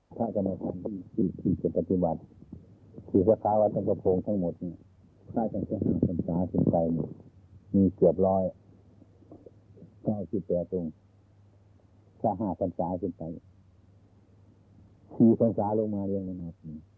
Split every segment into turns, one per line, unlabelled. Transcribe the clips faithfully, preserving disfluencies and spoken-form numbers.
พระกรรมฐานที่ที่ที่จะปฏิบัติที่สาขาวัดตะกระโพงทั้งหมดเนี่ยพระจังแค่ห้าพรรษาขึ้นไปมีเกือบร้อยเก้าสิบแปดองค์ถ้าห้าพรรษาขึ้นไปสี่พรรษาลงมาเรียงมันนับ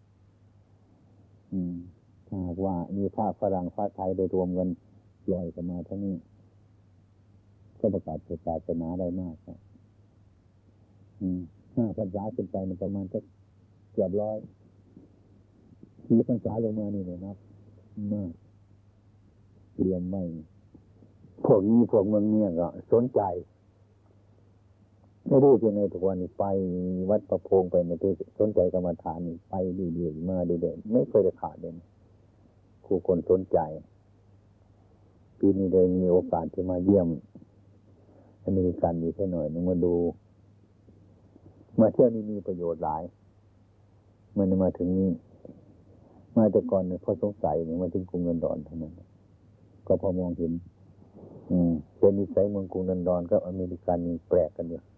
อืมถ้าหากว่ามีพระฝรั่งพระไทยได้รวมกันลอยกันมาทั้งนี้ก็ประกาศศาสนาได้มากครับอืมห้าพรรษาขึ้นไปมันประมาณสักเกือบร้อยสี่พรรษาลงมานี่เลยนับมากเรียนไม่พวกนี้พวกเมืองเนี่ยก็สนใจไม่รู้ยังไงทุกวันนี้ไปวัดประโพงไปในที่สนใจกรรมฐานนี่ไปเรื่อยๆมาเรื่อยๆไม่เคยได้ขาดเลยครูคนสนใจปีนี้ได้มีโอกาสที่มาเยี่ยมอเมริกันอยู่แค่หน่อยนึงมาดูมาเที่ยวนี้มีประโยชน์หลายมันมาถึงนี้มาแต่ก่อนเนี่ยพอสงสัยเนี่ยมาถึงกรุงลอนดอนเท่านั้นก็พอมองเห็นอืมเป็นนิสัยเมืองกรุงลอนดอนกับอเมริกันนี่แปลกกันอยู่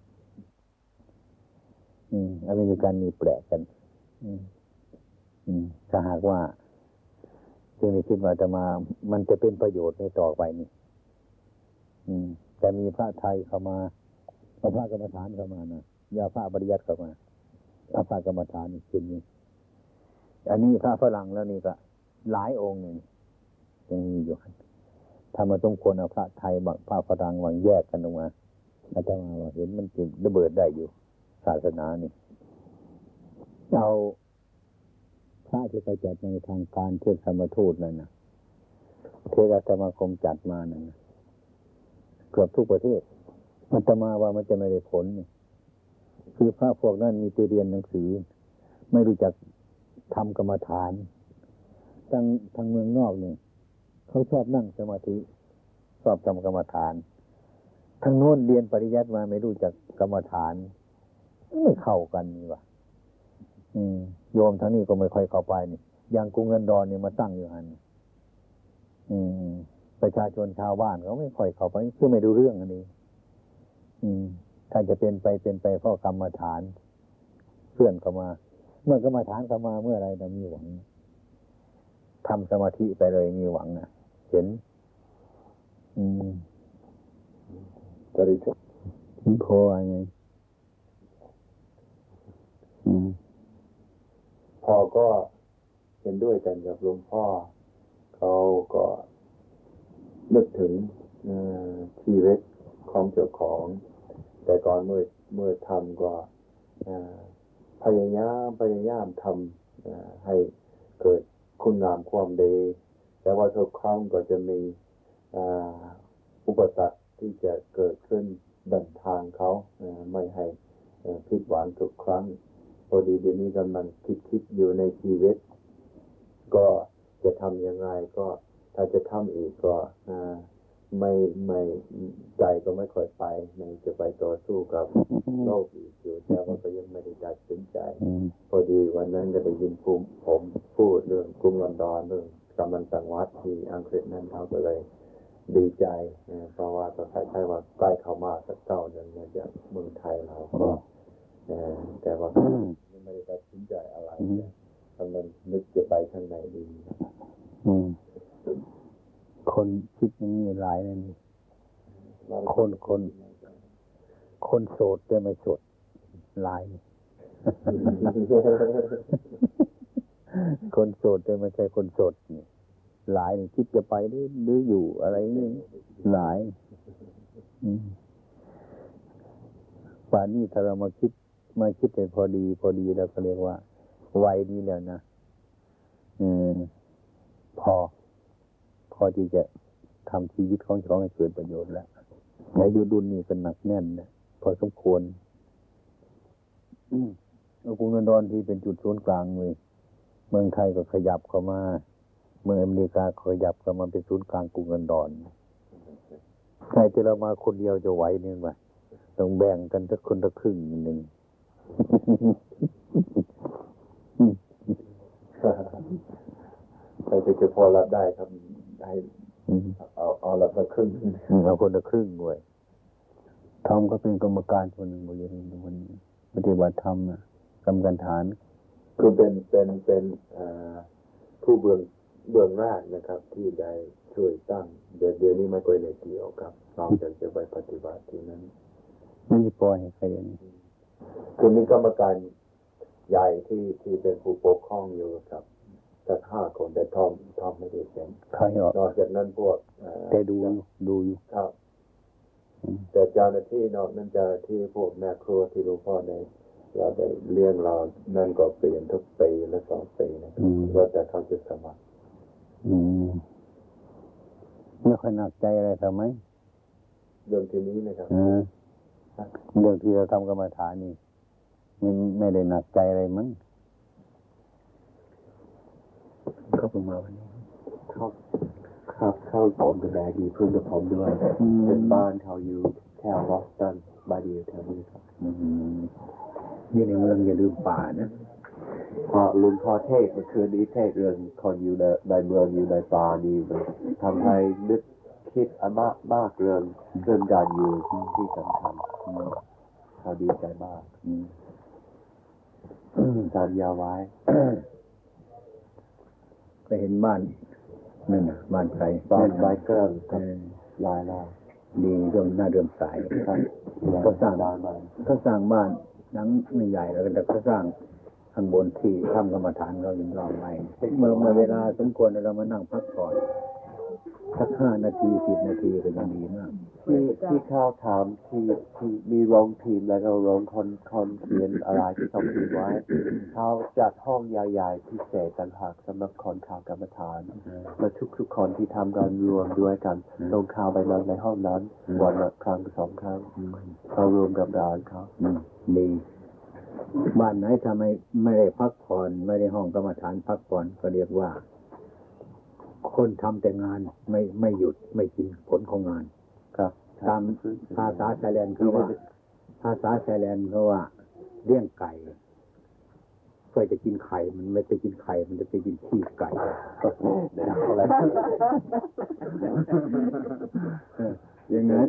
อืมอเมริกันนี่แปลกกันอืมอืมถ้าหากว่าจึงได้คิดว่าจะมามันจะเป็นประโยชน์ในต่อไปนี่อืมแต่มีพระไทยเข้ามาเอาพระกรรมฐานเข้ามานะอย่าพระปริยัติเข้ามาเอาพระกรรมฐานนี่ขึ้นนี่อันนี้พระฝรั่งแล้วนี่ก็หลายองค์นี่ยังมีอยู่ถ้ามาต้องควรเอาพระไทยบางพระฝรั่งวางแยกกันออกมาอาจารย์ว่าเห็นมันจิระเบิดได้อยู่ศาสนานี่เอาพระที่เขาจัดในทางการเทศธรรมทูตนั่นนะเทศสมาคมจัดมานั่นนะเกือบทุกประเทศมันจะมาว่ามันจะไม่ได้ผลนี่คือพระพวกนั้นมีแต่เรียนหนังสือไม่รู้จักทำกรรมฐานทางทางเมืองนอกเนี่ยเขาชอบนั่งสมาธิชอบทำกรรมฐานทางโน้นเรียนปริยัติมาไม่รู้จักกรรมฐานไม่เข้ากันนี่วะอืมโยมทางนี้ก็ไม่ค่อยเข้าไปนี่อย่างกรุงลอนดอนเนี่ยมาตั้งอยู่หันอืมประชาชนชาวบ้านเขาไม่ค่อยเข้าไปคือไม่ดูเรื่องอันนี้อืมถ้าจะเป็นไปเป็นไปเพราะกรรมฐานเพื่อนเข้ามาเมื่อกรรมฐานเข้ามาเมื่อไรเรามีหวังทำสมาธิไปเลยมีหวังนะเห็นอืมก็ได้ถึงพอไงอืม
พอก็เห็นด้วยกันกับหลวงพ่อเขาก็นึกถึงชีวิตของเจ้าของแต่ก่อนเมื่อเมื่อทำก็พยายามพยายามทำให้เกิดคุณงามความดีแต่ว่าทุกครั้งก็จะมีอุปสรรคที่จะเกิดขึ้นดันทางเขาไม่ให้ผิดหวังทุกครั้งพอดีเดี๋ยวนี้กำลังคิดคิดอยู่ในชีวิตก็จะทำยังไงก็ถ้าจะทำอีกก็ไม่ไม่ใจก็ไม่ค่อยไปไม่จะไปต่อสู้กับโลกอีกอยู่แต่ว่าก็ยังไม่ได้ตัดสินใจพอดีวันนั้นก็ได้ยินภูมิผมพูดเรื่องกรุงลอนดอนเรื่องกำมันสังวัดที่อังกฤษนั้นเขาก็เลยดีใจเพราะว่าก็คล้ายๆว่าใกล้เข้ามาสักเก้าเดือนจากเมืองไทยเราก็แต่ว่ายังไม่ได้ตัดสินใจอะไรกำลังนึกจะไปทางไหนดี
คนคิดอย่างนี้หลายเลยนี่คนคนคนโสดแต่ไม่โสดหลายคนโสดแต่ไม่ใช่คนโสดนี่หลายนี่คิดจะไปหรือหรืออยู่อะไรนี่หลายป่านนี้ถ้าเรามาคิดมาคิดให้พอดีพอดีแล้วก็เรียกว่าวัยนี้แล้วนะอืมพอพอที่จะทำชีวิตของเขาให้เกิดประโยชน์แล้วอายุดุลนี่ก็หนักแน่นนะพอสมควรกรุงลอนดอนที่เป็นจุดศูนย์กลางเลยเมืองไทยก็ขยับเข้ามาเมืองอเมริกาขยับเข้ามาเป็นศูนย์กลางกรุงลอนดอนใครจะเรามาคนเดียวจะไหวนี่ไหมต้องแบ่งกันสักคนละครึ่งหนึ่ง
ใครจะพอรับได้ครับได้เอาเอาละละครึ่ง
เอาคนละครึ่งด้วยทอมก็เป็นกรรมการคนหนึ่งบริเวณมันปฏิบัติธรรมนะกรรมฐาน
คือเป็นเป็นเป็นผู้เบื้องเบื้องแรกนะครับ ที่ได้ช่วยตั้งเดี๋ยวเดี๋ยวนี้ไม่ค่อยได้เกี่ยวครับเราจะจะไปปฏิบัติที่นั้น
ไม่ได้ปล่อยให้ใครเรียน
คือมีกรรมการใหญ่ที่ที่เป็นผู้ปกครองอยู่ครับสักห้าคนแต่ทอมทอมไม่ได้เป็น
ใครออก
นอกจากนั้นพวก
แต่ดูดูอยู่
ครับแต่เจ้าหน้าที่นอกนั้นเจ้าหน้าที่พวกแม่ครัวที่หลวงพ่อในเราได้เลี้ยงเรานั่นก็เปลี่ยนทุกปีและสองปีนะครับว่าแต่เขาจะสมัคร
อืมไม่ค่อยหนักใจอะไรทำไม
เรื่องที่นี้นะครับ
เรื่องที่เราทำกรรมฐานนี่มันไม่ได้หนักใจอะไรมั้งเขาเพิ่งมาวันนี้
ครับครับเข้าผมดูแลดีเพื่อนกับผมด้วยเป็นบ้านเขาอยู่แถวบอสตันบาดีแถวนี้ครับ
อยู่ในเมืองอย่าลืมป่านะ
พอลุงพอเทศเมื่อคืนนี้เทศเรื่องคนอยู่ในในเมืองอยู่ในป่านี่มันทำให้นึกคิดอามากมากเรื่องเรื่องการอยู่ที่สำคัญเขาดีใจมากสัญญาไว้
ก็เห็นบ้านนั่นน่ะบ้านใคร
บ้านไม้เกินลายลาย
ดีเรื่องหน้าเรื่องสายก็สร้างบ้านก็สร้างบ้านหลังไม่ใหญ่แล้วแต่ก็สร้างข้างบนที่ทำกรรมฐานเรายังรอไว้เมื่อเมื่อเวลาสมควรเรามานั่งพักผ่อนสักห้านาทีสิบนาทีก็ยังดีมาก
ที่ที่ข้าวถามที่ที่มีโรงพิมพ์แล้วก็โรงคอนคอนเขียนอะไรที่เขาพิมพ์ไว้เขาจัดห้องใหญ่ๆพิเศษต่างหากสำหรับคนข่าวกรรมฐานและทุกๆคนที่ทำการรวมด้วยกันลงข่าวไปนั่งในห้องนั้นวันละครั้งสองครั้งเขารวมกับร้านเขา
ดีบ้านไหนทำไมไม่ได้พักผ่อนไม่ได้ห้องกรรมฐานพักผ่อนก็เรียกว่าคนทำแต่งานไม่ไม่หยุดไม่กินผลของงาน
ครับ
ตามภาษาไทยแลนด์เขาว่าภาษาไทยแลนด์เขาว่าเลี้ยงไก่เพื่อจะกินไข่มันไม่ไปกินไข่มันจะไปกินขี้ไก่อะไรอย่างนั้น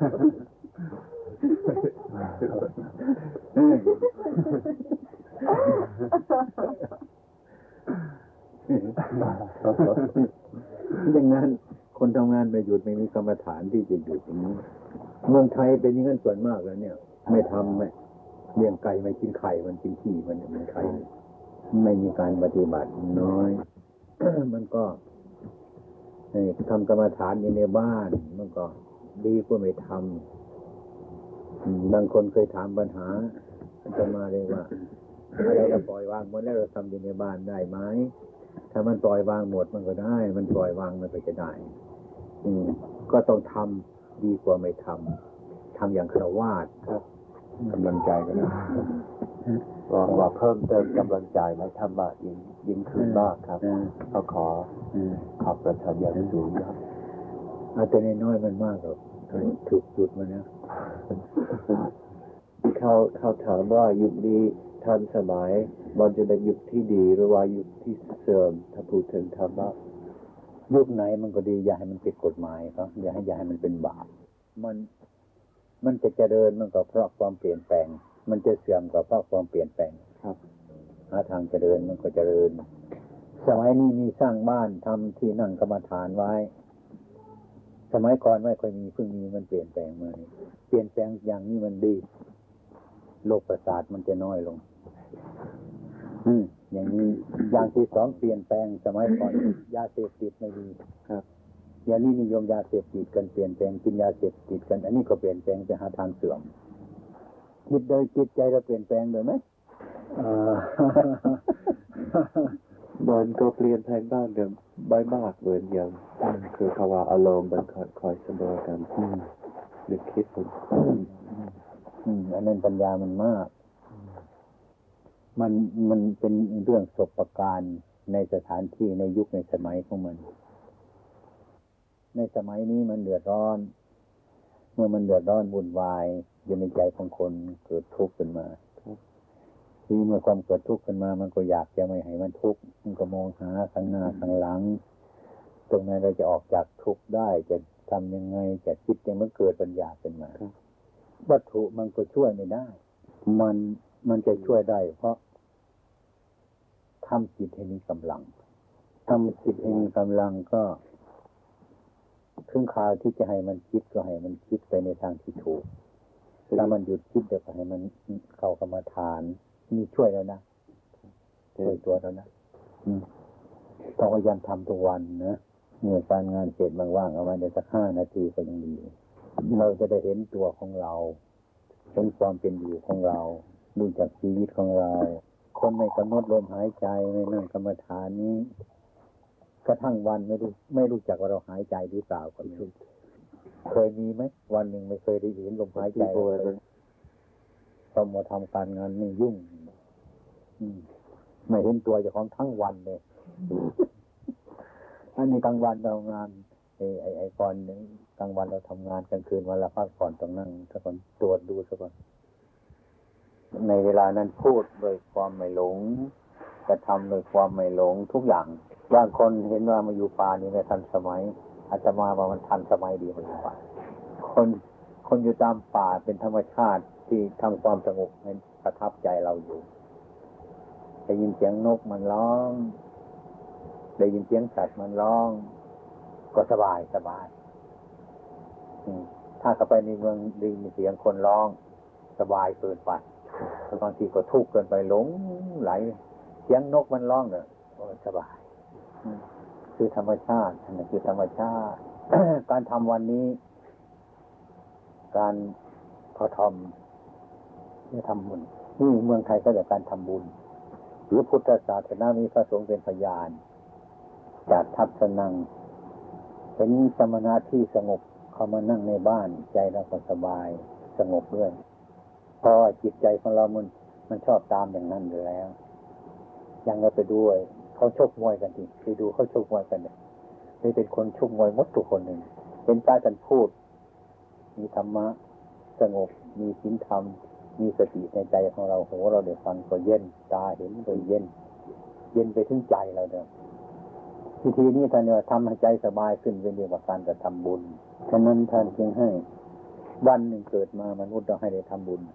อย่างนั้นคนทำงานไม่หยุดไม่มีกรรมฐานที่จะหยุดอย่างนี้เมืองไทยเป็นอย่างนั้นส่วนมากแล้วเนี่ยไม่ทำไม่เลี้ยงไก่ไม่กินไข่มันกินขี้มันเมืองไทยไม่มีการปฏิบัติน้อย มันก็ทำกรรมฐานอยู่ในบ้านมันก็ดีกว่าไม่ทำบางคนเคยถามปัญหาจะมาเลยว่าอะไรเราปล่อยวางหมดแล้วเราทำอยู่ในบ้านได้ไหมถ้ามันปล่อยวางหมดมันก็ได้มันปล่อยวางมันก็จะได้อืมก็ต้องทำดีกว่าไม่ทำทำอย่างฆราวาสครับกำลังใจก็ได้
ก็ว่าเพิ่มเติมกำลังใจและธรรมะยิ่งยิ่งขึ้นมากครับเขาขอขอบประทานอย่างสูงครับ
อาจจะน้อยมันมากหรอกถูกจุดมันนะ
เขาเขาถามว่ายุคนี้ทันสมัยมันจะเป็นยุคที่ดีหรือว่ายุคที่เสื่อมถ้าพูดถึงธรรมะ
ยุคไหนมันก็ดีอย่าให้มันผิดกฎหมายครับอย่าให้อย่าให้มันเป็นบาปมันมันจะเจริญมันก็เพราะความเปลี่ยนแปลงมันจะเสื่อมก็เพราะความเปลี่ยนแปลง
ครับ
หาทางเจริญมันก็เจริญสมัยนี้มีสร้างบ้านทำที่นั่งกรรมฐานไว้สมัยก่อนไม่ค่อยมีเพิ่งมีมันเปลี่ยนแปลงมานี่เปลี่ยนแปลงอย่างนี้มันดีโรคประสาทมันจะน้อยลงอืมอย่างนี้อย่างที่สองเปลี่ยนแปลงสมัยก่อนยาเสพติดไม่มี
ครับ
อย่างนี้นิยมยาเสพติดกันเปลี่ยนแปลงกินยาเสพติดกันอันนี้ก็เปลี่ยนแปลงไปหาทางเสื่อมจิตโดยจิตใจเราเปลี่ยนแปลงเลยไหม
มันก็เปลี่ยนแปลงบ้างเดิมไม่มากเหมือนอย่างคือคำว่าอารมณ์มันคอยเสมอกันนึกคิดผม
อันนั้นปัญญามันมากมันมันเป็นเรื่องศพประการในสถานที่ในยุคในสมัยของมันในสมัยนี้มันเดือดร้อนเมื่อมันเดือดร้อนวุ่นวายอยู่ในใจของคนเกิดทุกข์ขึ้นมาที่เมื่อความเกิดทุกข์ขึ้นมามันก็อยากจะไม่ให้มันทุกข์มันก็มองหาข้างหน้าข้างหลังตรงนั้นเราจะออกจากทุกข์ได้จะทำยังไงจะคิดยังมันเกิดปัญญาขึ้นมาวัตถุมันก็ช่วยไม่ได้มันมันจะช่วยได้เพราะทำจิตให้มีกำลังทำจิตให้มีกำลังก็ถึงคราวที่จะให้มันคิดก็ให้มันคิดไปในทางที่ถูกถ้ามันหยุดคิดเดี๋ยวก็ให้มันเข้ากรรมฐานนี่ช่วยแล้วนะช่วยตัวแล้วนะต้องพยายามทำทุกวันนะเมื่อการงานเสร็จว่างๆเอาไว้ได้สักห้านาทีก็ยังดีเราจะได้เห็นตัวของเราเห็นความเป็นอยู่ของเราดูจากชีวิตของเราคนไม่กำหนดลมหายใจไม่นั่งกรรมฐานนี้กระทั่งวันไม่รู้ไม่รู้จักว่าเราหายใจหรือเปล่าก็ไม่รู้เคยมีไหมวันหนึ่งไม่เคยได้เห็นลมหายใจเลยต้องมาทำการงานนี่ยุ่งไม่เห็นตัวเจ้าของทั้งวันเลยอันนี้กลางวันเรางานไอ้ไอ้ไอ้ก่อนนึงกลางวันเราทำงานกลางคืนวันละพักผ่อนต้องนั่งสักคนตรวจดูสักคนในเวลานั้นพูดโดยความไม่หลงกระทำโดยความไม่หลงทุกอย่างบางคนเห็นว่ามาอยู่ป่านี่ไม่ทันสมัยอาตมาว่ามันทันสมัยดีมันอยู่ป่าคนคนอยู่ตามป่าเป็นธรรมชาติที่ทำความสงบให้ประทับใจเราอยู่ได้ยินเสียงนกมันร้องได้ยินเสียงสัตว์มันร้องก็สบายสบายถ้าเข้าไปในเมืองได้ยินเสียงคนร้องสบายเกินไปบางทีก็ทุกข์เกินไปหลงไหลเสียงนกมันร้องเนี่ยสบายคือธรรมชาตินั่นคือธรรมชาติ การทำวันนี้การพอทำเนี่ยทำบุญนี่เมืองไทยก็จะการทำบุญหรือพุทธศาสนามีพระสงฆ์เป็นพยานจากทัศนังเห็นสมณะที่สงบเขามานั่งในบ้านใจเราก็สบายสงบด้วยเพราะจิตใจของเรามันมันชอบตามอย่างนั้นอยู่แล้วยังเราไปด้วยเขาชกมวยกันจริงไปดูเขาชกมวยกันเนี่ยนี่เป็นคนชกมวยมดทุกคนหนึ่งเป็นพระท่านพูดมีธรรมะสงบมีศีลธรรมมีสติในใจของเราหูเราได้ฟังก็เย็นตาเห็นก็เย็นเย็นไปถึงใจเราเนี่ยวิธีนี้ท่านว่าทำให้ใจสบายขึ้นเป็นเรื่องของการกระทำบุญฉะนั้นท่านจึงให้วันหนึ่งเกิดมามนุษย์เราให้ได้ทำบุญ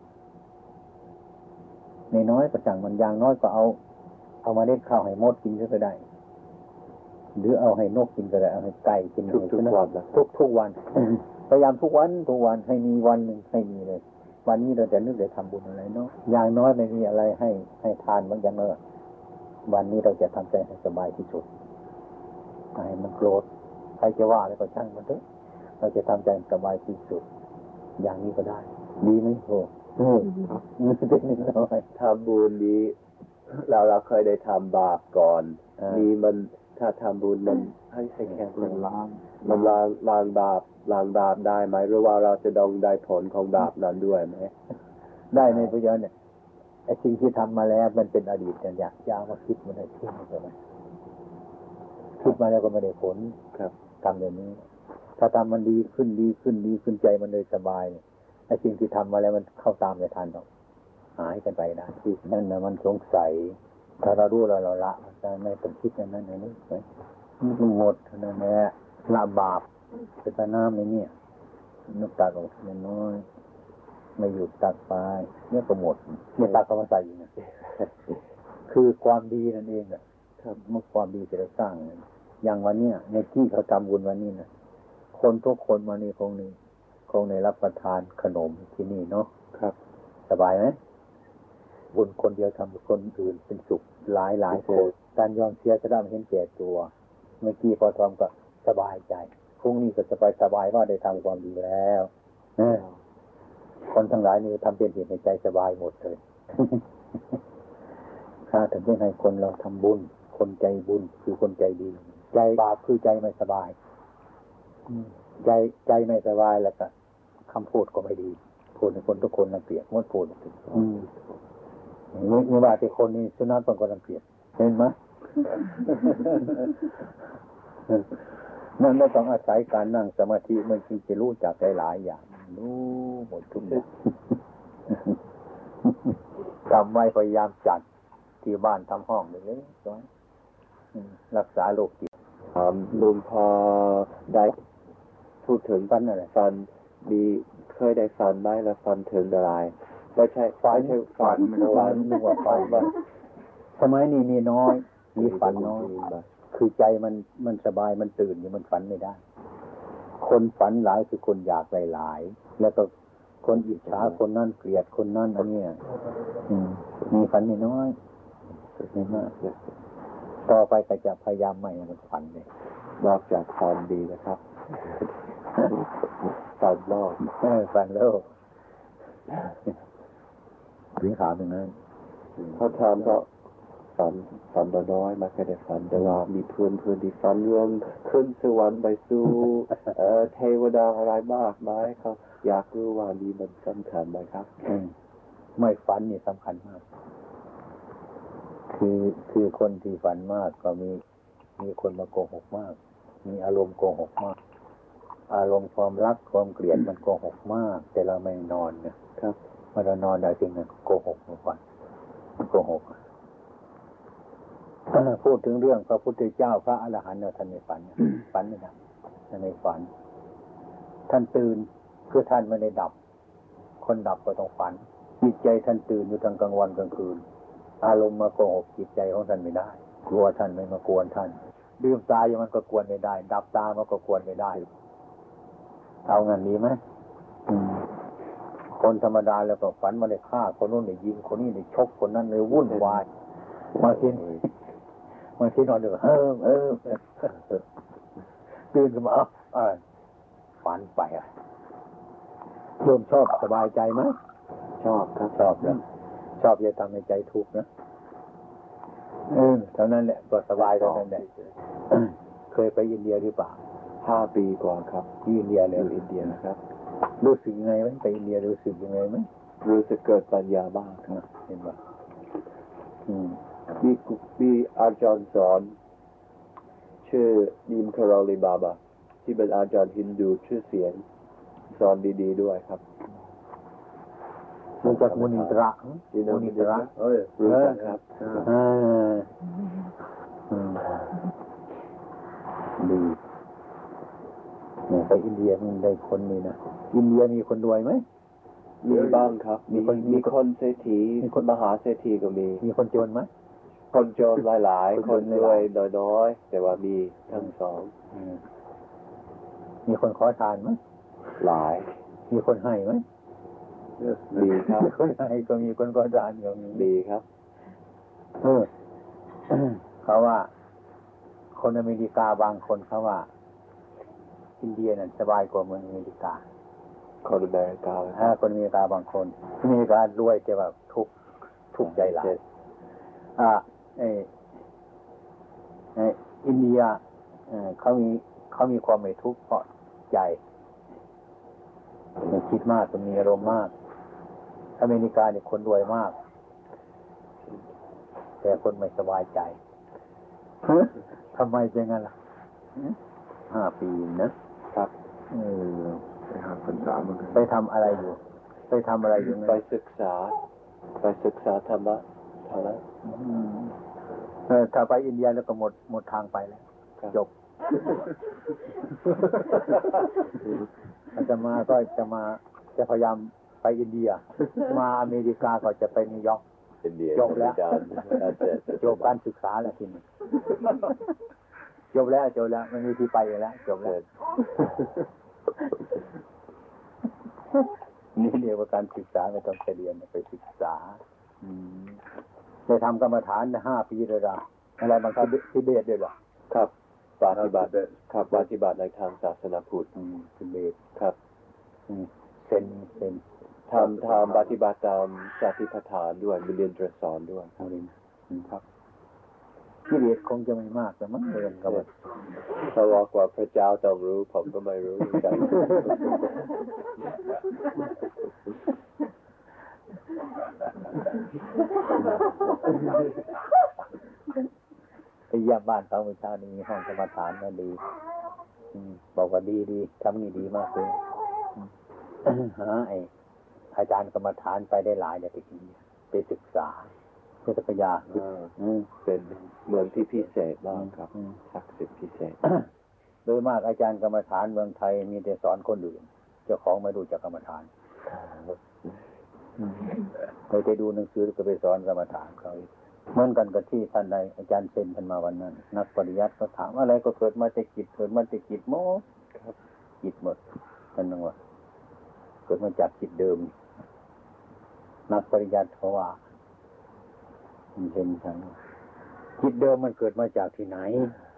ในน้อยประจังมันอย่างน้อยก็เอาเอามาเล็ดข้าวให้มดกินก็ได้หรือเอาให้นกกินก็ได้เอาให้ไก่กินทุกทุกวันทุกทุกวันพยายามทุกวันทุกวันให้มีวันหนึ่งให้มีเลยวันนี้เราจะนึกได้ทำบุญอะไรเนาะอย่างน้อยไม่มีอะไรให้ให้ทานบางอย่างเนอะวันนี้เราจะทำใจให้สบายที่สุดให้มันโกรธใครจะว่าอะไรก็ช่างมันเถอะเราจะทำใจสบายที่สุดอย่างนี้ก็ได้ดีไหมโอ้โหเป็นนิดหน่อย
ทำบุญนี้เราเราเคยได้ทำบาปก่อนนี่มันถ้าทำบุญมันให้ใช้แค่ล้างมันล้างล้างบาปล้างบาปได้ไหมหรือว่าเราจะต้องได้ผลของบาปนั้นด้วยไหม
ได้ในปัจจุบันเนี่ยไอ้สิ่งที่ทำมาแล้วมันเป็นอดีตกันอย่างยาวมาคิดมันได้ทิ้งไปไหมคิดมาแล้วก็ไม่ได้ผลครับทำอย่างนี้ถ้าทำมันดีขึ้นดีขึ้นดีขึ้นใจมันเลยสบายไอ้สิ่งที่ทำมาแล้วมันเข้าตามในทันหรอกหายกันไปได้ที่นั่นนะมันสงสัยถ้าเรารู้เราเราละมันจะไม่ต้องคิดอย่างนั้นอย่างนี้ไหมมันหมดนั่นแหละละบาปเป็นน้ำในนี่นึกตาออกน้อยไม่หยุดตักไปเนี่ยก็หมดเนี่ยตักก็มาใส่อยู่เนี่ยคือความดีนั่นเองอ่ะครับเมื่อความดีที่เราสร้างอย่างวันเนี้ยในที่เขาทำบุญวันนี้นะคนทุกคนมานี่คงนี่คงในรับประทานขนมที่นี่เนาะครับสบายไหมบุญคนเดียวทำคนอื่นเป็นสุขหลายหลายคนการยอมเสียสละเห็นแก่ตัวเมื่อกี้พอทำก็สบายใจพรุ่งนี้ก็สบายสบายว่าได้ทำความดีแล้วคนทั้งหลายนี่ทำเป็นเหตุในใจสบายหมดเลยถ้าถึงได้ให้คนเราทำบุญคนใจบุญคือคนใจดีใจบาปคือใจไม่สบายใจใจไม่สบายแล้วก็คำพูดก็ไม่ดีพูดในคนทุกคนรังเกียจมดพูดอืมไม่ว่าแต่คนนี้สุนัขบางคนรังเกียจเห็นไหม นั่นไม่ต้องอาศัยการนั่งสมาธิมันจึงจะรู้จักได้หลายอย่างรู้หมดทุกอย่าง ทำไว้พยายามจัดที่บ้านทำห้องเลยเลยรักษาโรคจิต
ลุงพอได้พูดถึงฟันอะไรฟันมีเคยได้ฟันไหมแล้วฟันถึงอะไรไม่ใช่ฟันไม่ใช่ฟันไม่ใช่ฟันนึกว่าฟันบ้าง
สมัยนี้มีน้อยมีฝันน้อยคือใจมันมันสบายมันตื่นอยู่มันฝันไม่ได้คนฝันหลายคือคนอยากหลายๆแล้วก็คนอิจฉาคนนั้นเกลียดคนนั้นอันนี้อืมมีฝันไม่น้อยไม่มากต่อไปก็จะพยายามไม่ให้มันฝันเลย
นอกจากฝันดีนะครับฝันโลก
เออฝันโลกถึงข่าวหนึ่งนั้น
เขาถามก็ฝันฝันน้อยมาแค่ได้ฝันแต่ว่ามีเพื่อนเพื่อนที่ฝันเรื่องขึ้นสวรรค์ไปสู่เอ่อเทวดาอะไรมากมายเขาอยากรู้ว่านี่มันสำคัญไหมครับ
ไม่ฝันนี่สำคัญมากคือคือคนที่ฝันมากก็มีมีคนมาโกหกมากมีอารมณ์โกหกมากอารมณ์ความรักความเกลียดมันโกหกมากแต่เราไม่นอนนะครับเมื่อเรานอนได้จริงนะโกหกมาฝันโกหกพูดถึงเรื่องพระพุทธเจ้าพระอรหันต์เนี่ยท่านไม่ฝันฝันไม่ดับท่านไม่ฝันท่านตื่นคือท่านไม่ได้ดับคนดับก็ต้องฝันจิตใจท่านตื่นอยู่ทั้งกลางวันกลางคืนอารมณ์มาโกหกจิตใจของท่านไม่ได้กลัวท่านไม่มากวนท่านดื่มตาอย่างมันก็กวนไม่ได้ดับตามันก็กวนไม่ได้เอางั้นดีไหมคนธรรมดาแล้วก็ฝันมาได้ฆ่าคนนู้นได้ยิงคนนี้ได้ชกคนนั้นเลยวุ่นวายมาคิดมาคิดนอนดูเออเออตื่นขึ้นมาอ่าฝันไปอ่ะโยมชอบสบายใจไหม
ชอบครับ
ชอบนะชอบอย่าทำให้ใจทุกข์นะเออเท่านั้นแหละก็สบายเท่านั้นแหละเคยไปอินเดียหรือเปล่า
ห้าปีก่อนครับ
ที่อินเดียเลย
อินเดียนะครับ
รู้สึกยังไงไหมไปอินเดียรู้สึกยังไงไหม
รู้สึกเกิดปัญญามาก
ครับเห็นป่ะ
มีมีอาจารย์สอนชื่อนิมคาราลีบาบาที่เป็นอาจารย์ฮินดูชื่อเสียงสอนดีๆด้วยครับ
รู้จักมุนิตระมุนิตระ
เอ้ยรู้จักครับ
ดีไปอินเดียมันได้คนนี่นะอินเดียมีคนรวยไหม
มีบ้างครับมีคนมีคนเศรษฐีมีคนมหาเศรษฐีก็มี
มีคนจนไหม
คนจนหลายๆคนรวยน้อยๆแต่ว่ามีทั้งสอง
มีคนขอทานไหม
หลาย
มีคนให้ไหม
ดีครับ
คนให้ก็มีคนขอทานก็มี
ดีครับ
เออเขาว่าคนอเมริกาบางคนเขาว่าอินเดียนั่นสบายกว่าเมืองอเมริกา
คนอเมริกา
ฮะคนอเมริกาบางคนอเมริการวยแต่แบบทุกทุกใจหลายอ่าไอไออินเดียเออเขามีเขามีความไม่ทุกข์เพราะใจไม่คิดมากจะมีอารมณ์มากอเมริกาเนี่ยคนรวยมากแต่คนไม่สบายใจทำไมเป็นงั้นล่ะห้าปีนะครับเออ
ไปหาพรรษาเหมือนกัน
ไปทำอะไรอยู่ไปทำอะไรอยู่
ไปศึกษาไปศึกษาธรรมะเท่านั้น
เออถ้าไปอินเดียแล้วก็หมดหมดทางไปแล้วจบอาจะมาก็จะมาจะพยายามไปอินเดียมาอเมริกาก็จะไปนิวยอร์กจบแล้วจบการศึกษาแล้วทีนี้จบแล้วจบแล้วไม่มีที่ไปแล้วจบแล้วนี่เรียกว่าการศึกษาไม่ต้องไปเรียนไปศึกษาไปทำกรรมฐานห้าปีเลยล่ะอะไรบางครั้งที่เบสด้วยหรอ
ครับปฏิบัติครับปฏิบัติในทางศาสนาพุทธ
ที่เบส
ครับ
เซ็นเซ็น
ทำทำปฏิบัติตามสติปัฏฐานด้วยมีเรียนตรสอนด้วย
ครับกิเลสคงจะไม่มากแต่มันเรียนกับ
เขาบอกว่าพระเจ้าต้องรู้ผมก็ไม่รู้เหมือนกัน
ไปเยี่ยมบ้านเขาเมื่อเช้านี้ห้องกรรมฐานนั่นดีบอกว่าดีดีทำนี่ดีมากเลยหาไออาจารย์กรรมฐานไปได้หลายเนี่ยไปกินไปศึกษาเพื่อปัญญา
เป็นเมืองที่พิเศษมากครับศักดิ์สิทธิ์พิเศษ
โดยมากอาจารย์กรรมฐานเมืองไทยมีแต่สอนคนอื่นเจ้าของไม่รู้จักกรรมฐานเคยไปดูหนังสือก็ไปสอนกรรมฐานเขาเหมือนกันกับที่ท่านใดอาจารย์เซนท่านมาวันนั้นนักปริยัติก็ถามอะไรก็เกิดมาจากจิตเกิดมาจากจิตหมดครับจิตหมดท่านนึกว่าเกิดมาจากจิตเดิมนักปริยัติเขาว่าเห็นทั้งจิตเดิมมันเกิดมาจากที่ไหน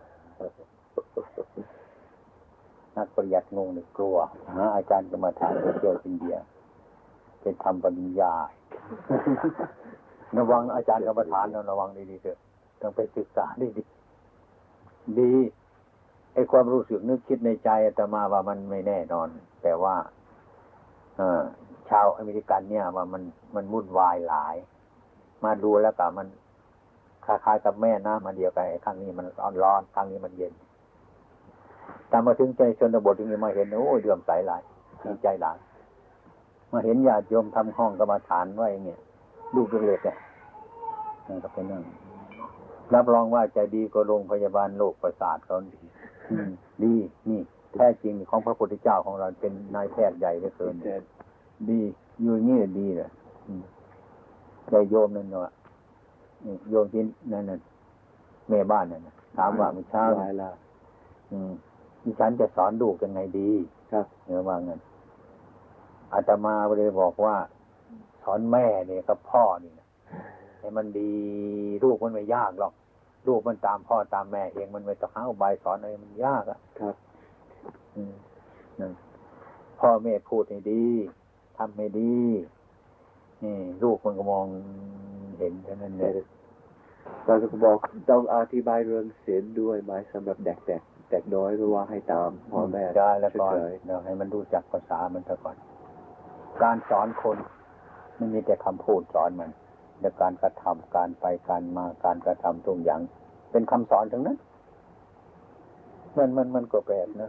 นักปริยัติงงเลยกลัวหาอาจารย์กรรมฐานไปเที่ยวอินเดียไปทำปริญญาระวังอาจารย์กรรมฐานระวังดีๆเถอะต้องไปศึกษาดีๆดีไอ้ความรู้สึกนึกคิดในใจอาตมาว่ามันไม่แน่นอนแต่ว่าเออชาวอเมริกันเนี่ยว่ามันมันวุ่นวายหลายมาดูแล้วก็มันคล้ายๆกับแม่น้ำมันเดียวกันข้างนี้มันร้อนข้างนี้มันเย็นแต่มาถึงใจชนบทตรงนี้มาเห็นโอ้ยเลื่อมใสหลายดีใจหลายมาเห็นญาติโยมทำห้องกรรมฐานไว้อย่างเงี้ยลูกเล็กๆเนี่ยนั่นก็เป็นนั่งรับรองว่าจะดีกว่าโรงพยาบาลโรคประสาทเขาดีนี่แท้จริงของพระพุทธเจ้าของเราเป็นนายแพทย์ใหญ่เหลือเกินดีอยู่อย่างนี้ดีเลยใจโยมนั่นเนาะโยมที่นั่นน่ะแม่บ้านนั่นถามว่าเมื่อเช้าอืมดิฉันจะสอนลูกยังไงดีครับเนื้อว่าเงินอาตมาเลยบอกว่าสอนแม่เนี่ยกับพ่อนี่นะให้มันดีลูกมันไม่ยากหรอกลูกมันตามพ่อตามแม่เองมันไม่ต้องหาอุบายสอนอะไรมันยากอ่ะครับอืมนั่นพ่อแม่พูดให้ดีทำให้ดีนี่ลูกมันก็มองเห็นแค่นั้นเลย
เราจะบอกต้องอธิบายเรื่องศีลด้วยไหมสำหรับเด็กๆเด็กน้อยหรือว่าให้ตามพ่อแม่
ได้แล้วก่อนเดี๋ยวให้มันรู้จักภาษามันซะก่อนการสอนคนไม่มีแต่คำพูดสอนมันแต่การกระทำการไปการมาการกระทำทุกอย่างเป็นคำสอนทั้งนั้นมันมันมันก็แปลกนะ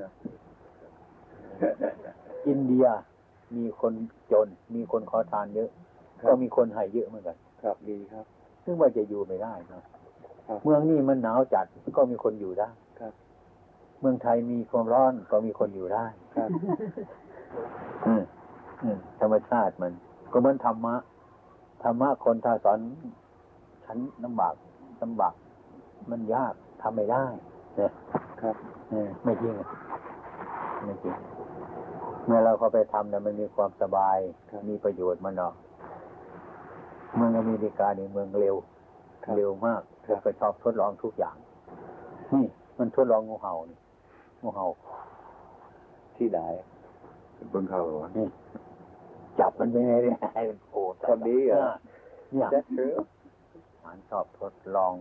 อินเดียมีคนจนมีคนขอทานเยอะก็มีคนให้เยอะเหมือนกัน
ครับดีครับ
ซึ่งว่าจะอยู่ไม่ได้นะเมืองนี้มันหนาวจัดก็มีคนอยู่ได้ครับเมืองไทยมีความร้อนก็มีคนอยู่ได้ครับอืมอืมธรรมชาติมันก็เหมือนธรรมะธรรมะคนถ้าสอนฉันลำบากลำบากมันยากทำไม่ได้เนี่ยครับเออไม่จริงไม่จริงเมื่อเราเข้าไปทำเนี่ยมันมีความสบายมีประโยชน์มันเนาะเมืองอเมริกาเนี่ยเมืองเร็วเร็วมากแล้วก็ชอบทดลองทุกอย่างนี่มันทดลองงูเห่านี่งูเห่า
ที่ไหน
เบิ่งเขา
นี่จับมันไปไงเนี่ยให้มันโผล่
คนนี้เหรอ
เนี่ยมันชอบทดลอง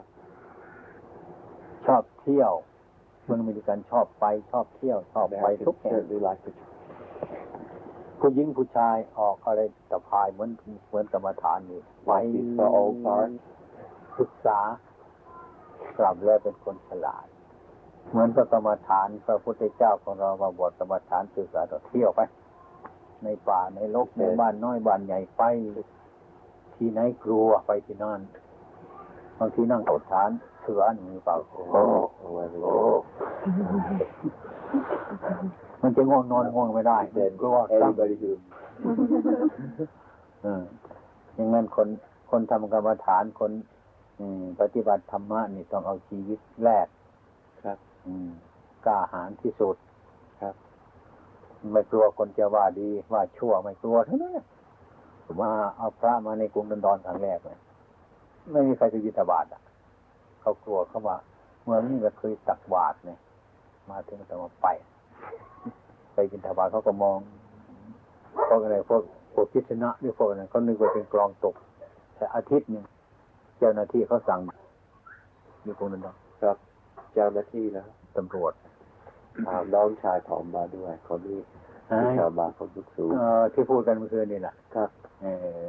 ชอบเที่ยวเมืองอเมริกันชอบไปชอบเที่ยวชอบไปทุกแห่งผู้หญิงผู้ชายออกอะไรตะพายเหมือนเหมือนกรรมฐานนี่ไปศึกษากลับแล้วเป็นคนฉลาดเหมือนพระกรรมฐานพระพุทธเจ้าของเรามาบวชกรรมฐานศึกษาต่อเที่ยวไปในป่าในโลกในบ้านน้อยบ้านใหญ่ไปที่ไหนกลัวไปที่นั่นบางทีนั่งกดฐานเสือหนีเปล่าโอ้โหมันจะง่วงนอนง่วงไม่ได้กลัวตั้งบริบูรณ์อย่างนั้นคนคนทำกรรมฐานคนปฏิบัติธรรมะนี่ต้องเอาชีวิตแรกครับกล้าหาญที่สุดครับไม่กลัวคนจะว่าดีว่าชั่วไม่กลัวทั้งนั้นมาเอาพระมาในกรุงดอนดอนครั้งแรกเลยไม่มีใครไปบิณฑบาตอ่ะเขากลัวเขาว่าเมื่อนี้ก็เคยตักบาตรเนี่ยมาถึงแต่ว่าไปไปบิณฑบาตเขาก็มองพวกอะไรพวกพวกพิษณะหรือพวกอะไรเขานึกว่าเป็นกลองตกแต่อาทิตย์นึงเจ้าหน้าที่เขาสั่งอยู่ตรงนั้นเนาะ
ครับเจ้าหน้าที่แล้ว
ตำรวจ
น้องชายผมมาด้วยเขานี่ที่ชาวบ้านเขาบุกสู
เออที่พูดกันเมื่อคืนนี่แหละครับเออ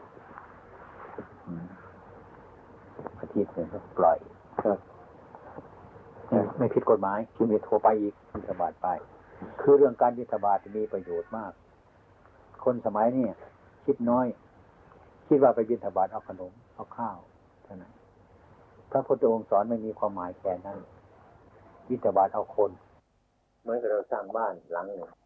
อาทิตย์หนึ่งก็ปล่อยครับไม่ผิดกฎหมายคุณจะโทรไปอีกบิณฑบาตไปคือเรื่องการบิณฑบาตมีประโยชน์มากคนสมัยนี้คิดน้อยคิดว่าไปบิณฑบาตเอาขนมเอาข้าวเท่านั้นพระพุทธองค์สอนไม่มีความหมายแค่นั้นบิณฑบาตเอาคนเหมือนกับเราสร้างบ้านหลังหนึ่ง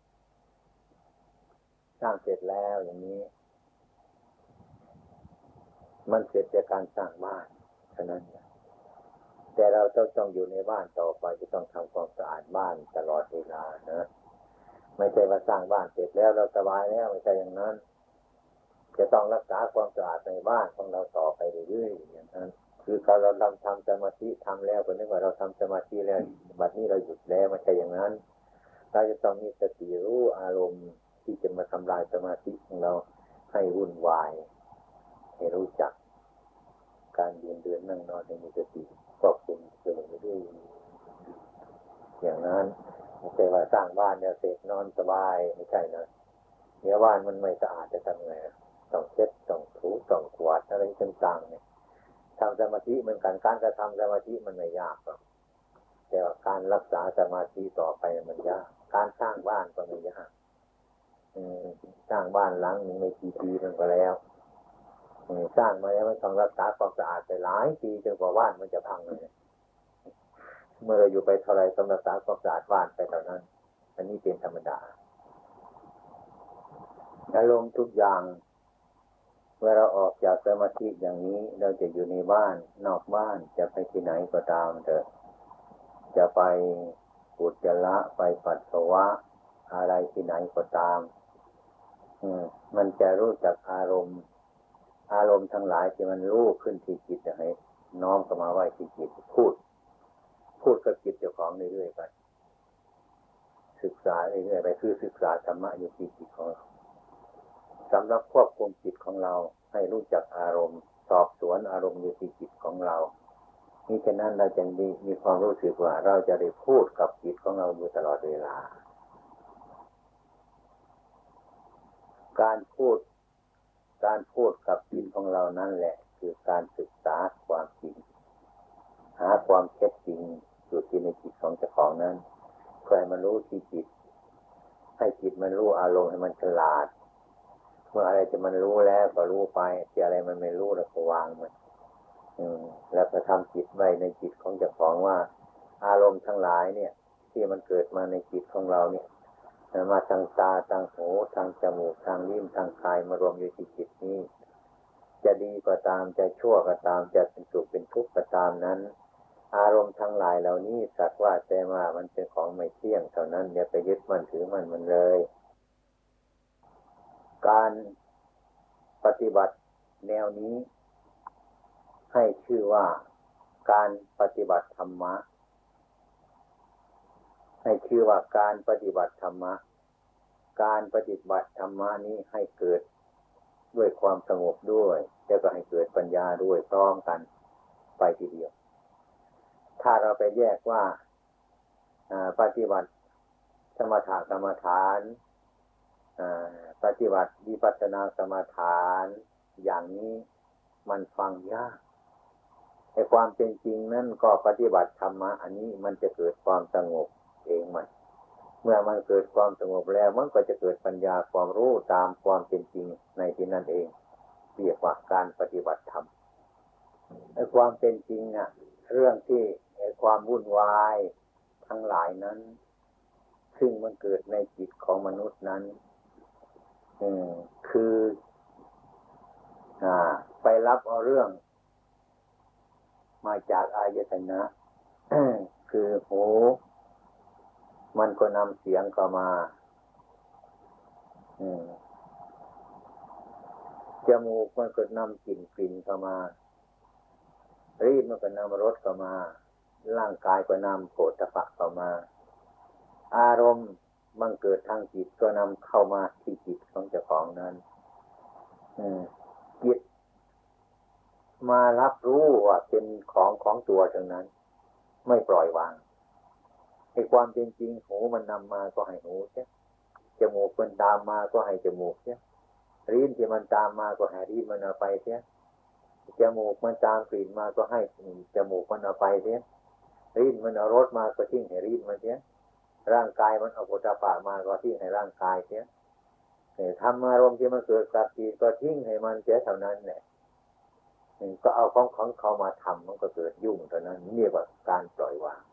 สร้างเสร็จแล้วอย่างนี้มันเสร็จจากการสร้างบ้านฉะนั้นแต่เราต้องต้องอยู่ในบ้านต่อไปจะต้องทำความสะอาดบ้านตลอดเวลานะไม่ใช่ว่าสร้างบ้านเสร็จแล้วเราสบายแล้วไม่ใช่อย่างนั้นจะต้องรักษาความสะอาดในบ้านของเราต่อไปเรื่อยๆอย่างนั้นคือเราเราทำทำสมาธิทำแล้วก็นึกว่าเราทำสมาธิแล้วบัดนี้เราหยุดแล้วไม่ใช่อย่างนั้นเราจะต้องมีสติรู้อารมณ์ที่จะมาทำลายสมาธิของเราให้วุ่นวายให้รู้จักการยืนเดินนั่งนอนให้มีสติควบคุมเรื่องนี้ด้วยอย่างนั้นไม่ใช่ว่าสร้างบ้านเนี่ยเสร็จนอนสบายไม่ใช่นะเดี๋ยวบ้านมันไม่สะอาดจะทำไงต้องเช็ดต้องถูต้องกวาดอะไรต่างๆเนี่ยทำสมาธิเหมือนกันการกระทำสมาธิมันไม่ยากหรอกแต่ว่าการรักษาสมาธิต่อไปมันยากการสร้างบ้านก็ไม่ยากสร้างบ้านหลังหนึ่งไม่กี่ปีมันก็แล้วสร้างมาแล้วมันต้องรักษาความสะอาดไปหลายปีจนกว่าบ้านมันจะพังเลยเมื่อเราอยู่ไปเท่าไรต้องรักษาความสะอาดบ้านไปเท่านั้นอันนี้เป็นธรรมดาอารมณ์ทุกอย่างเมื่อเราออกจากสมาธิอย่างนี้เราจะอยู่ในบ้านนอกบ้านจะไปที่ไหนก็ตามเถอะจะไปอุจจาระไปปัสสาวะอะไรที่ไหนก็ตามมันจะรู้จักอารมณ์อารมณ์ทั้งหลายที่มันรู้ขึ้นที่จิตให้น้อมเข้ามาไว้ที่จิตพูดพูดกับจิตเจ้าของเรื่อยๆไปศึกษาเรื่อยๆไปคือศึกษาธรรมะอยู่ที่จิตของเราสำหรับควบคุมจิตของเราให้รู้จักอารมณ์สอบสวนอารมณ์อยู่ที่จิตของเรานี่ฉะนั้นเราจึงมีมีความรู้สึกว่าเราจะได้พูดกับจิตของเราอยู่ตลอดเวลาการพูดการพูดกับจิตของเรานั่นแหละคือการศึกษาความจริงหาความเท็จจริงอยู่ที่ในจิตของเจ้าของนั้นเพื่อให้มันรู้ที่จิตให้จิตมันรู้อารมณ์ให้มันฉลาดเมื่ออะไรจะมันรู้แล้วก็รู้ไปที่อะไรมันไม่รู้แล้วก็วางมันอืมแล้วก็ทำจิตไว้ในจิตของเจ้าของว่าอารมณ์ทั้งหลายเนี่ยที่มันเกิดมาในจิตของเราเนี่ยมาทางตาทางหูทางจมูกทางลิ้นทางกายมารวมอยู่ที่จิตนี้จะดีก็ตามจะชั่วก็ตามจะเป็นสุขเป็นทุกข์ก็ตามนั้นอารมณ์ทั้งหลายเหล่านี้สักว่าแต่ว่ามันเป็นของไม่เที่ยงเท่านั้นอย่าไปยึดมั่นถือมั่นมันเลยการปฏิบัติแนวนี้ให้ชื่อว่าการปฏิบัติธรรมะให้ชื่อว่าการปฏิบัติธรรมะการปฏิบัติธรรมะนี้ให้เกิดด้วยความสงบด้วยแล้วก็ให้เกิดปัญญาด้วยพร้อมกันไปทีเดียวถ้าเราไปแยกว่าปฏิบัติสมถกรรมฐานปฏิบัติวิปัสสนากรรมฐานอย่างนี้มันฟังยากในความเป็นจริงนั้นก็ปฏิบัติธรรมะอันนี้มันจะเกิดความสงบเองมันเมื่อมันเกิดความสงบแล้วมันก็จะเกิดปัญญาความรู้ตามความเป็นจริงในที่นั่นเองเรียกว่าการปฏิบัติธรรมในความเป็นจริงอ่ะเรื่องที่ความวุ่นวายทั้งหลายนั้นซึ่งมันเกิดในจิตของมนุษย์นั้นอืมคืออ่าไปรับเอาเรื่องมาจากอายตนะ คือหูมันก็นำเสียงเข้ามาจมูกมันก็นำกลิ่นกลิ่นเข้ามาลิ้นมันก็นำรสเข้ามาร่างกายก็นำโผฏฐัพพะเข้ามาอารมณ์มันเกิดทางจิตก็นำเข้ามาที่จิตของเจ้าของนั้นจิตมารับรู้ว่าเป็นของของตัวตรงนั้นไม่ปล่อยวางในความเป็นจริงหูมันนำมาก็ให้หูเสียจมูกมันตามมาก็ให้จมูกเสียลิ้นที่มันตามมาก็ให้ลิ้นมันเอาไปเสียจมูกมันตามกลิ่นมาก็ให้จมูกมันเอาไปเสียลิ้นมันเอารสมาก็ทิ้งให้ลิ้นมันเสียร่างกายมันเอาโผฏฐัพพะมาก็ทิ้งให้ร่างกายเสียธรรมารมณ์ที่มันเกิดกับจิตก็ทิ้งให้มันเสียเท่านั้นแหละก็เอาของของเขามาทำมันก็เกิดยุ่งเท่านั้นเรียกว่าการปล่อยวาง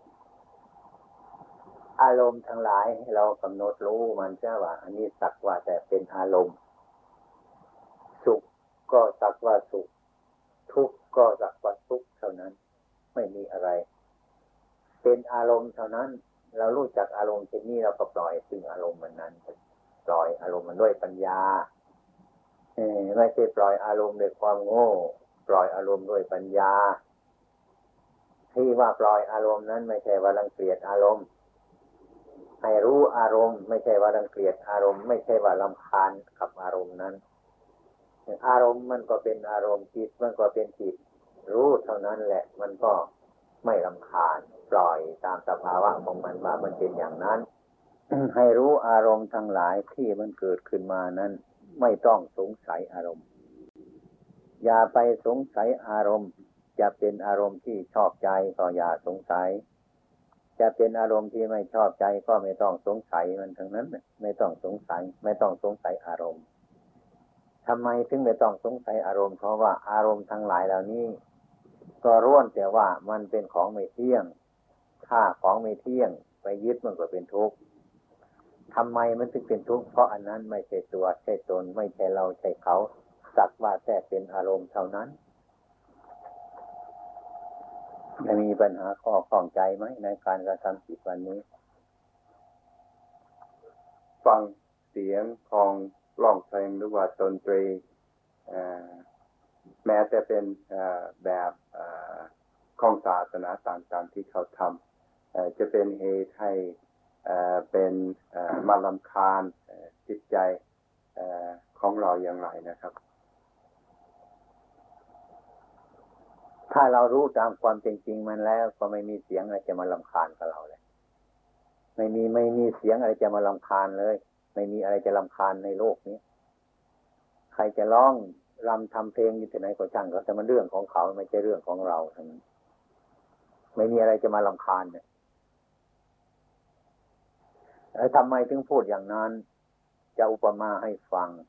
อารมณ์ทั้งหลายเรากำหนดรู้มันใช่ว่าอันนี้สักว่าแต่เป็นอารมณ์สุขก็สักว่าสุขทุกข์ก็สักว่าทุท่านั้นไม่มีอะไรเป็นอารมณ์เท่านั้นเรารู้จักอารมณ์เช่นนี้เราก็ปล่อยซึ่งอารมณ์มันนั้นปล่อยอารมณ์มันด้วยปัญญาเออไม่ใช่ปล่อยอารมณ์ด้วยความโง่ปล่อยอารมณ์ด้วยปัญญาที่ว่าปล่อยอารมณ์นั้นไม่ใช่ว่ารังเกียจอารมณ์ให้รู้อารมณ์ไม่ใช่ว่ารังเกียจอารมณ์ไม่ใช่ว่ารำคาญกับอารมณ์นั้นอารมณ์มันก็เป็นอารมณ์จิตมันก็เป็นจิตรู้เท่านั้นแหละมันก็ไม่รำคาญปล่อยตามสภาวะของมันว่ามันเป็นอย่างนั้น ให้รู้อารมณ์ทั้งหลายที่มันเกิดขึ้นมานั้นไม่ต้องสงสัยอารมณ์อย่าไปสงสัยอารมณ์จะเป็นอารมณ์ที่ชอบใจก็อย่าสงสัยจะเป็นอารมณ์ที่ไม่ชอบใจก็ไม่ต้องสงสัยมันทั้งนั้นไม่ต้องสงสัยไม่ต้องสงสัยอารมณ์ทำไมถึงไม่ต้องสงสัยอารมณ์เพราะว่าอารมณ์ทั้งหลายเหล่านี้ก็ล้วนแต่ว่ามันเป็นของไม่เที่ยงถ้าของไม่เที่ยงไปยึดมันก็เป็นทุกข์ทำไมมันถึงเป็นทุกข์เพราะอันนั้นไม่ใช่ตัวใช่ตนไม่ใช่เราใช่เขาสักว่าแต่เป็นอารมณ์เท่านั้นจะมีปัญหาข้อข้องใจไหมในการกระทำจิตวันนี้
ฟังเสียงของร้องเพลงหรือว่าดนตรีแม้แต่เป็นแบบของศาสนาต่างๆที่เขาทำจะเป็นเหตุให้เป็นมารำคาญจิตใจของเราอย่างไรนะครับ
ถ้าเรารู้ตามความจริงๆมันแล้วก็ไม่มีเสียงอะไรจะมารำคาญกับเราเลยไม่มีไม่มีเสียงอะไรจะมารำคาญเลยไม่มีอะไรจะรำคาญในโลกนี้ใครจะร้องรำทำเพลงอยู่ที่ไหนก็ช่างเขาแต่มันเรื่องของเขาไม่ใช่เรื่องของเราทั้งนั้นไม่มีอะไรจะมารำคาญเนี่ยแล้วทำไมถึงพูดอย่างนั้นจะอุปมาให้ฟัง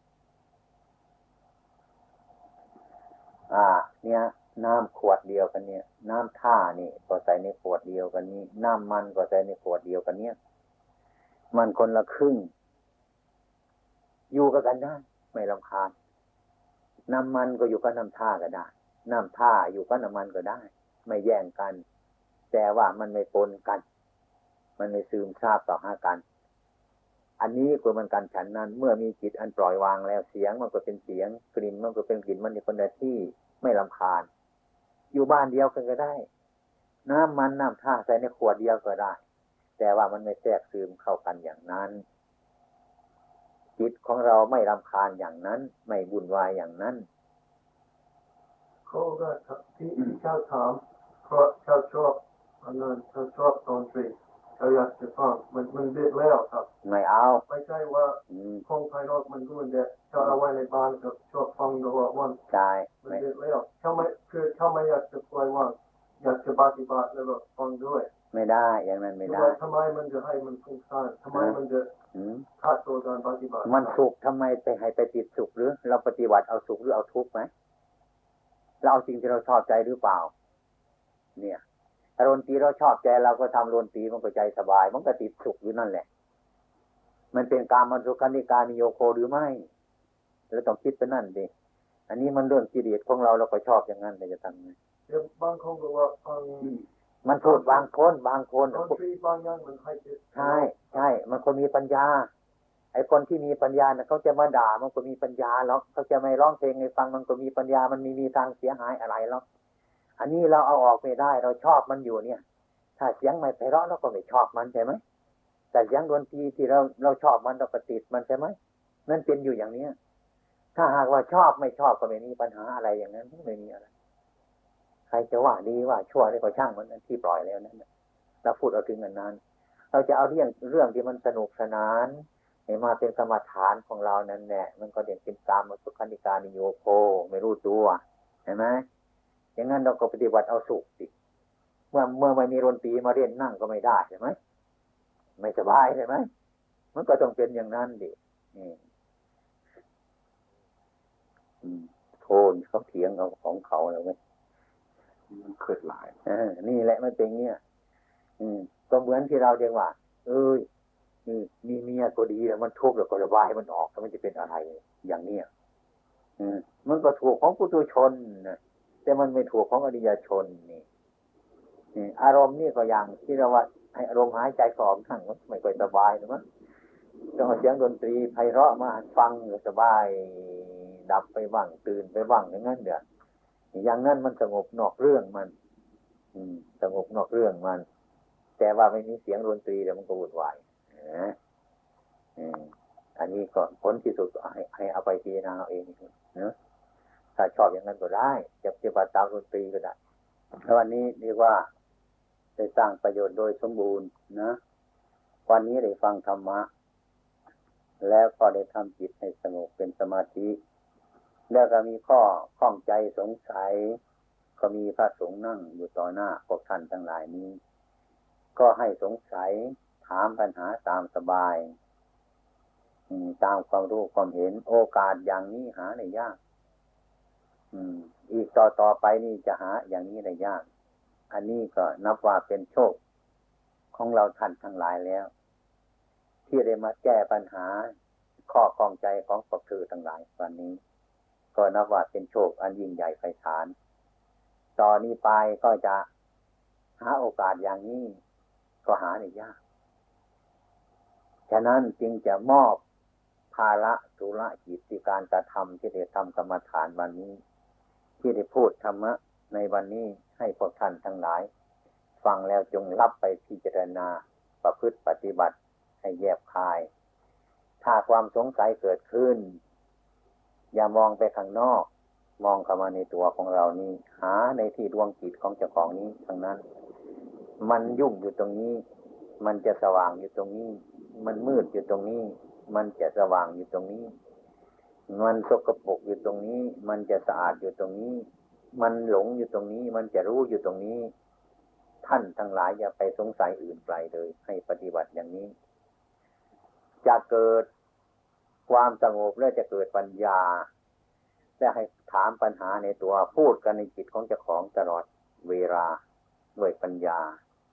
อ่าเนี่ยน้ำขวดเดียวกันเนี่ยน้ำท่านี่ก็ใส่ในขวดเดียวกันนี้น้ำมันก็ใส่ในขวดเดียวกันเนี่ยมันคนละครึ่งอยู่กับกันได้ไม่รำคาญน้ำมันก็อยู่กับน้ำท่าก็ได้น้ำท่าอยู่กับน้ำมันก็ได้ไม่แย่งกันแต่ว่ามันไม่ปนกันมันไม่ซึมซาบต่อหากันอันนี้ก็เหมือนกันฉันนั้นเมื่อมีจิตอันปล่อยวางแล้วเสียงมันก็เป็นเสียงกลิ่นมันก็เป็นกลิ่นมันในคนละที่ไม่รำคาญอยู่บ้านเดียวกันก็ได้น้ำมันน้ำท่าใส่ในขวดเดียวก็ได้แต่ว่ามันไม่แทรกซึมเข้ากันอย่างนั้นจิตของเราไม่รำคาญอย่างนั้นไม่วุ่นวายอย่างนั้น
เขาก็ที่เจ้าถามเพราะเจ้าชอบอันนั้นเจ้าชอบดนตรีเขาอยากจะฟังมันมันเด็ดแล้วครับ
ไม่เอา
ไม่ใช่ว่าของภายนอกมันก็มันเด็ดจะเอาไว้ในบ้านก็ชอบฟังตลอดวัน
ใช่
มันเด็ดแล้วเขาไม่คือเขาไม่อยากจะปล่อยวางอยากจะปฏิบัติแล้วก็ฟังด้วย
ไม่ได้อย่างนั้นไม่ได้
ทำไมมันจะให้มันฟุ้งซ่านทำไมมันจะขาดตัวการปฏิบัติ
มันสุขทำไมไปให้ไปติดสุขหรือเราปฏิบัติเอาสุขหรือเอาทุกข์ไหมเราเอาสิ่งที่เราชอบใจหรือเปล่าเนี่ยถ้าดนตรีเราชอบใจเราก็ทำดนตรีมันก็ใจสบายมันก็ติดสุขอยู่นั่นแหละมันเป็นการมันสุขันธิการนิโยโคหรือไม่เราต้องคิดไปนั่นดิอันนี้มันเรื่องกิเลสของเราเราก็ชอบอย่างนั้นแต่จะทำไง
เดี๋ยวบางคนก็ว่าฟัง
มันพูดบางคนบางคน
ดนตรีบางอย่างมันให้
ใช่ใช่มันคนมีปัญญาไอ้คนที่มีปัญญาเนี่ยเขาจะมาด่ามันก็มีปัญญาหรอกเขาจะไม่ร้องเพลงให้ฟังมันก็มีปัญญามันมีมีทางเสียหายอะไรหรอกอันนี้เราเอาออกไม่ได้เราชอบมันอยู่เนี่ยถ้าเสียงไม่ไพเราะเราก็ไม่ชอบมันใช่ไหมแต่เสียงดนตรีที่เราเราชอบมันเราก็ติดมันใช่ไหมนั่นเป็นอยู่อย่างนี้ถ้าหากว่าชอบไม่ชอบก็ไม่มีปัญหาอะไรอย่างนั้นไม่มีอะไรใครจะว่าดีว่าชั่วนี่ก็ช่างมันที่ปล่อยแล้วนั่นเราพูดเอาถึงอันนั้นเราจะเอาเรื่องเรื่องที่มันสนุกสนานให้มาเป็นกรรมฐานของเรานั่นแหละมันก็เด่นเป็นตามมสุขันธิการนิโยโคไม่รู้ตัวเห็นไหมอย่างนั้นเราก็ปฏิบัติเอาสุขสิเมื่อเมื่อไม่มีดนตรีมาเล่นนั่งก็ไม่ได้ใช่ไหมไม่สบายใช่ไหมมันก็ต้องเป็นอย่างนั้นดิโทนเขาเถียงเอาของเขาแล้วไหม
มันเกิดหลาย
นี่แหละมันเป็นเงี้ยก็เหมือนที่เราเรียกว่าเอ้ยมีเมียก็ดีแล้วมันทุกข์แล้วก็ระบายมันออกแล้วมันจะเป็นอะไรอย่างเนี้ยมันก็ถูกของปุถุชนนะแต่มันไม่ถูกของอริยชนนี่นี่อารมณ์นี่ก็อย่างที่เราว่าให้อารมณ์หายใจสอบทั้งไม่ค่อยสบายนะมั้งต้องเอาเสียงดนตรีไพเราะมาฟังสบายดับไปบ้างตื่นไปบ้างอย่างนั้นเดี๋ยวอย่างนั้นมันสงบนอกเรื่องมันอืมสงบนอกเรื่องมันแต่ว่าไม่มีเสียงดนตรีเดี๋ยวมันก็วุ่นวายนะอืมอันนี้ก็ผลที่สุดให้ให้เอาไปพิจารณาเอาเองนะถ้าชอบอย่างนั้นก็ได้จะปฏิบัติตามดนตรีก็ได้แล้ววันนี้เรียกว่าได้สร้างประโยชน์โดยสมบูรณ์นะวันนี้ได้ฟังธรรมะแล้วก็ได้ทำจิตให้สงบเป็นสมาธิแล้วก็มีข้อข้องใจสงสัยก็มีพระสงฆ์นั่งอยู่ต่อหน้าพวกท่านทั้งหลายนี้ก็ให้สงสัยถามปัญหาตามสบายตามความรู้ความเห็นโอกาสอย่างนี้หาได้ยากอีกต่อต่อไปนี่จะหาอย่างนี้ได้ยากอันนี้ก็นับว่าเป็นโชคของเราท่านทั้งหลายแล้วที่ได้มาแก้ปัญหาข้อข้องใจของพวกเธอทั้งหลายวันนี้ก็นับว่าเป็นโชคอันยิ่งใหญ่ไพศาลต่อนนี้ไปก็จะหาโอกาสอย่างนี้ก็หาได้ยากฉะนั้นจึงจะมอบภาระธุระกิจการกระทำที่ได้ทำกรรมฐานวันนี้ที่ได้พูดธรรมะในวันนี้ให้พวกท่านทั้งหลายฟังแล้วจงรับไปพิจารณาประพฤติปฏิบัติให้แยบคายถ้าความสงสัยเกิดขึ้นอย่ามองไปข้างนอกมองเข้ามาในตัวของเรานี้หาในที่ดวงจิตของเจ้าของนี้ทั้งนั้นมันยุ่งอยู่ตรงนี้มันจะสว่างอยู่ตรงนี้มันมืดอยู่ตรงนี้มันจะสว่างอยู่ตรงนี้มันสกปรกอยู่ตรงนี้มันจะสะอาดอยู่ตรงนี้มันหลงอยู่ตรงนี้มันจะรู้อยู่ตรงนี้ท่านทั้งหลายอย่าไปสงสัยอื่นไกลเลยให้ปฏิบัติอย่างนี้จะเกิดความสงบและจะเกิดปัญญาและให้ถามปัญหาในตัวพูดกันในจิตของเจ้าของตลอดเวลาด้วยปัญญา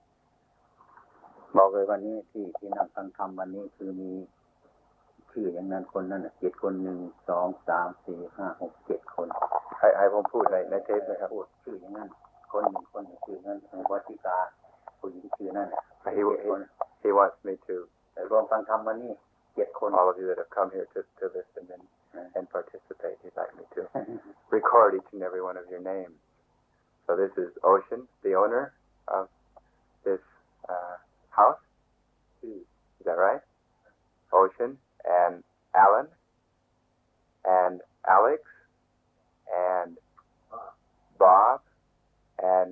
บอกเลยวันนี้ที่ที่นั่งฟังธรรมวันนี้คือมีชื่ออย่างนั้นคนนั้นเจ็ดคนหนึ่งสองสามสี่ห้าหกเจ็ดคนให้ให้ผมพูดในในเทปนะครับพูดชื่ออย่างนั้นคนหนึ่งคนชื่อนั้นวัติกาผู้หญิงชื่อนั้น
he he wants me to
แต่รวมฟังธรรมวันนี้เจ็ดคน
all of you that have come here to to listen and and participate he'd like me to record each and every one of your names so this is Ocean the owner of this uh, house is that right Ocean and Alan and Alex and Bob and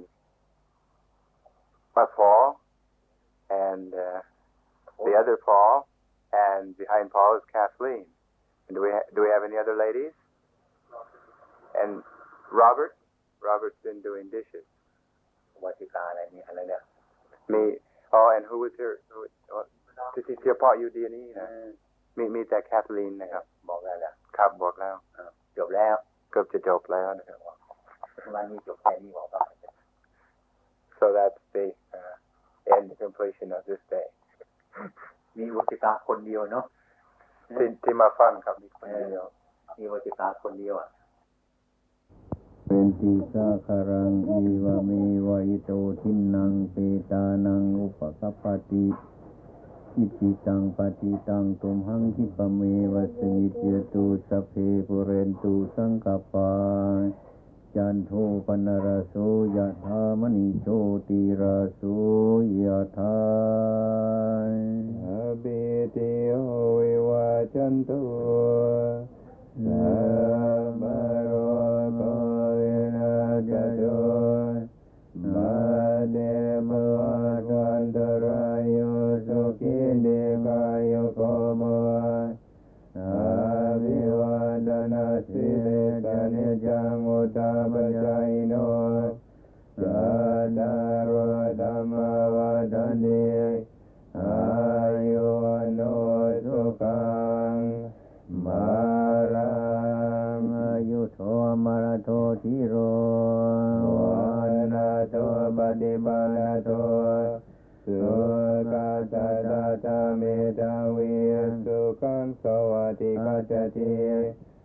Paul and uh, the other Paul and behind Paul is Kathleen and do we ha- do we have any other ladies and Robert Robert's been doing dishes
วัติกาอะไรนี่อะไรเนี่ย
me oh and who was here who oh, ที่ที่เฉพาะอยู่ดีนี้นะมีมีแต่แคทลีนนะครับ
บอกแล้วแล้ว
ครับบอกแล้ว
จบแล้ว
เกือบจะจบแล้วนะครับ
วันนี้จบแค่นี้บอกว่า
so that's the uh, end completion of this day
มีวัติกาคนเดียวเนาะ
ที่ที่มาฟังครับมีคนเดียว
มีวัติกาคนเดียวอ่ะ
เป็นติสาคารังอีวะเมวะอิโตทินังเปตานังอุปกัปปติอิติตังปฏิตังตุมหังคิปะเมวะสมิจยตุสัพเพปุเรนตุสังกปาจันโทปนรโสยะถามณิโชติราโสยะถาอเบติโหวิวาจันตุสัพพะโรโควินาศโตมาเตภวัตอันตรายโยสุขิเดกายโกโมอาภิวาทนาสิริกานิจังอุตตาปัจจายโนสัทธาโรธัมมาวาทานิอายุวันโนสุขังมารังอายุโทมรโทธิโรวันนาโทปฏิบัติโตสุขัสสะตะเมตาวิสุขังสวัสดิกัจจติ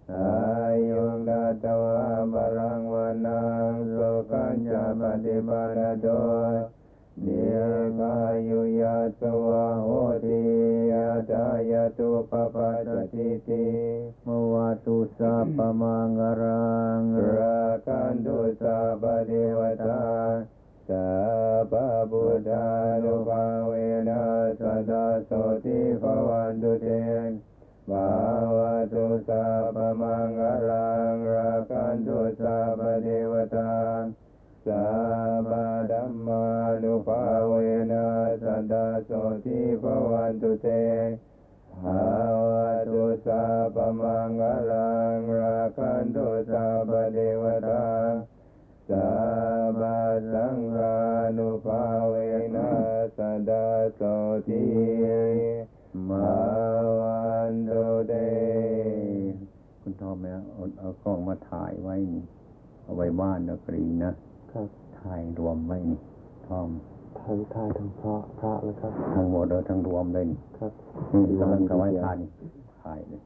อายุงดัตวะบาลังวานังสุขัญจะปฏิปานโตเนกายุยัสสวะโหติยะตายะตุปปัสสติติมวะตุสัพพมังคารังราคันตุสัพพเทวตาสัพพพุทธานุภาเวนะสัทธาโสติภวันตุเตภาวะตุสัพพมังคารังราคันตุสัพพเทวตาสัพพธัมมานุภาเวนะสัทธาโสติภวันตุเตภาวะตุสัพพมังคารังราคันตุสัพพเทวตาสัพพสังฆานุภาเวนะสัทธาโสติภวันตุเตคุณทอมเนี่ยเอาเอากล้องมาถ่ายไว้นี่เอาไว้บ้านนะกรีนะครับถ่ายรวมไว้นี่ทอม
ทั้งทายทั้งพระพระเลยครับ
ทั้งหมดเลยทั้งรวมเลยนี่
ครับ
นี่กำลังกำลังถ่ายนี่ถ่ายเลย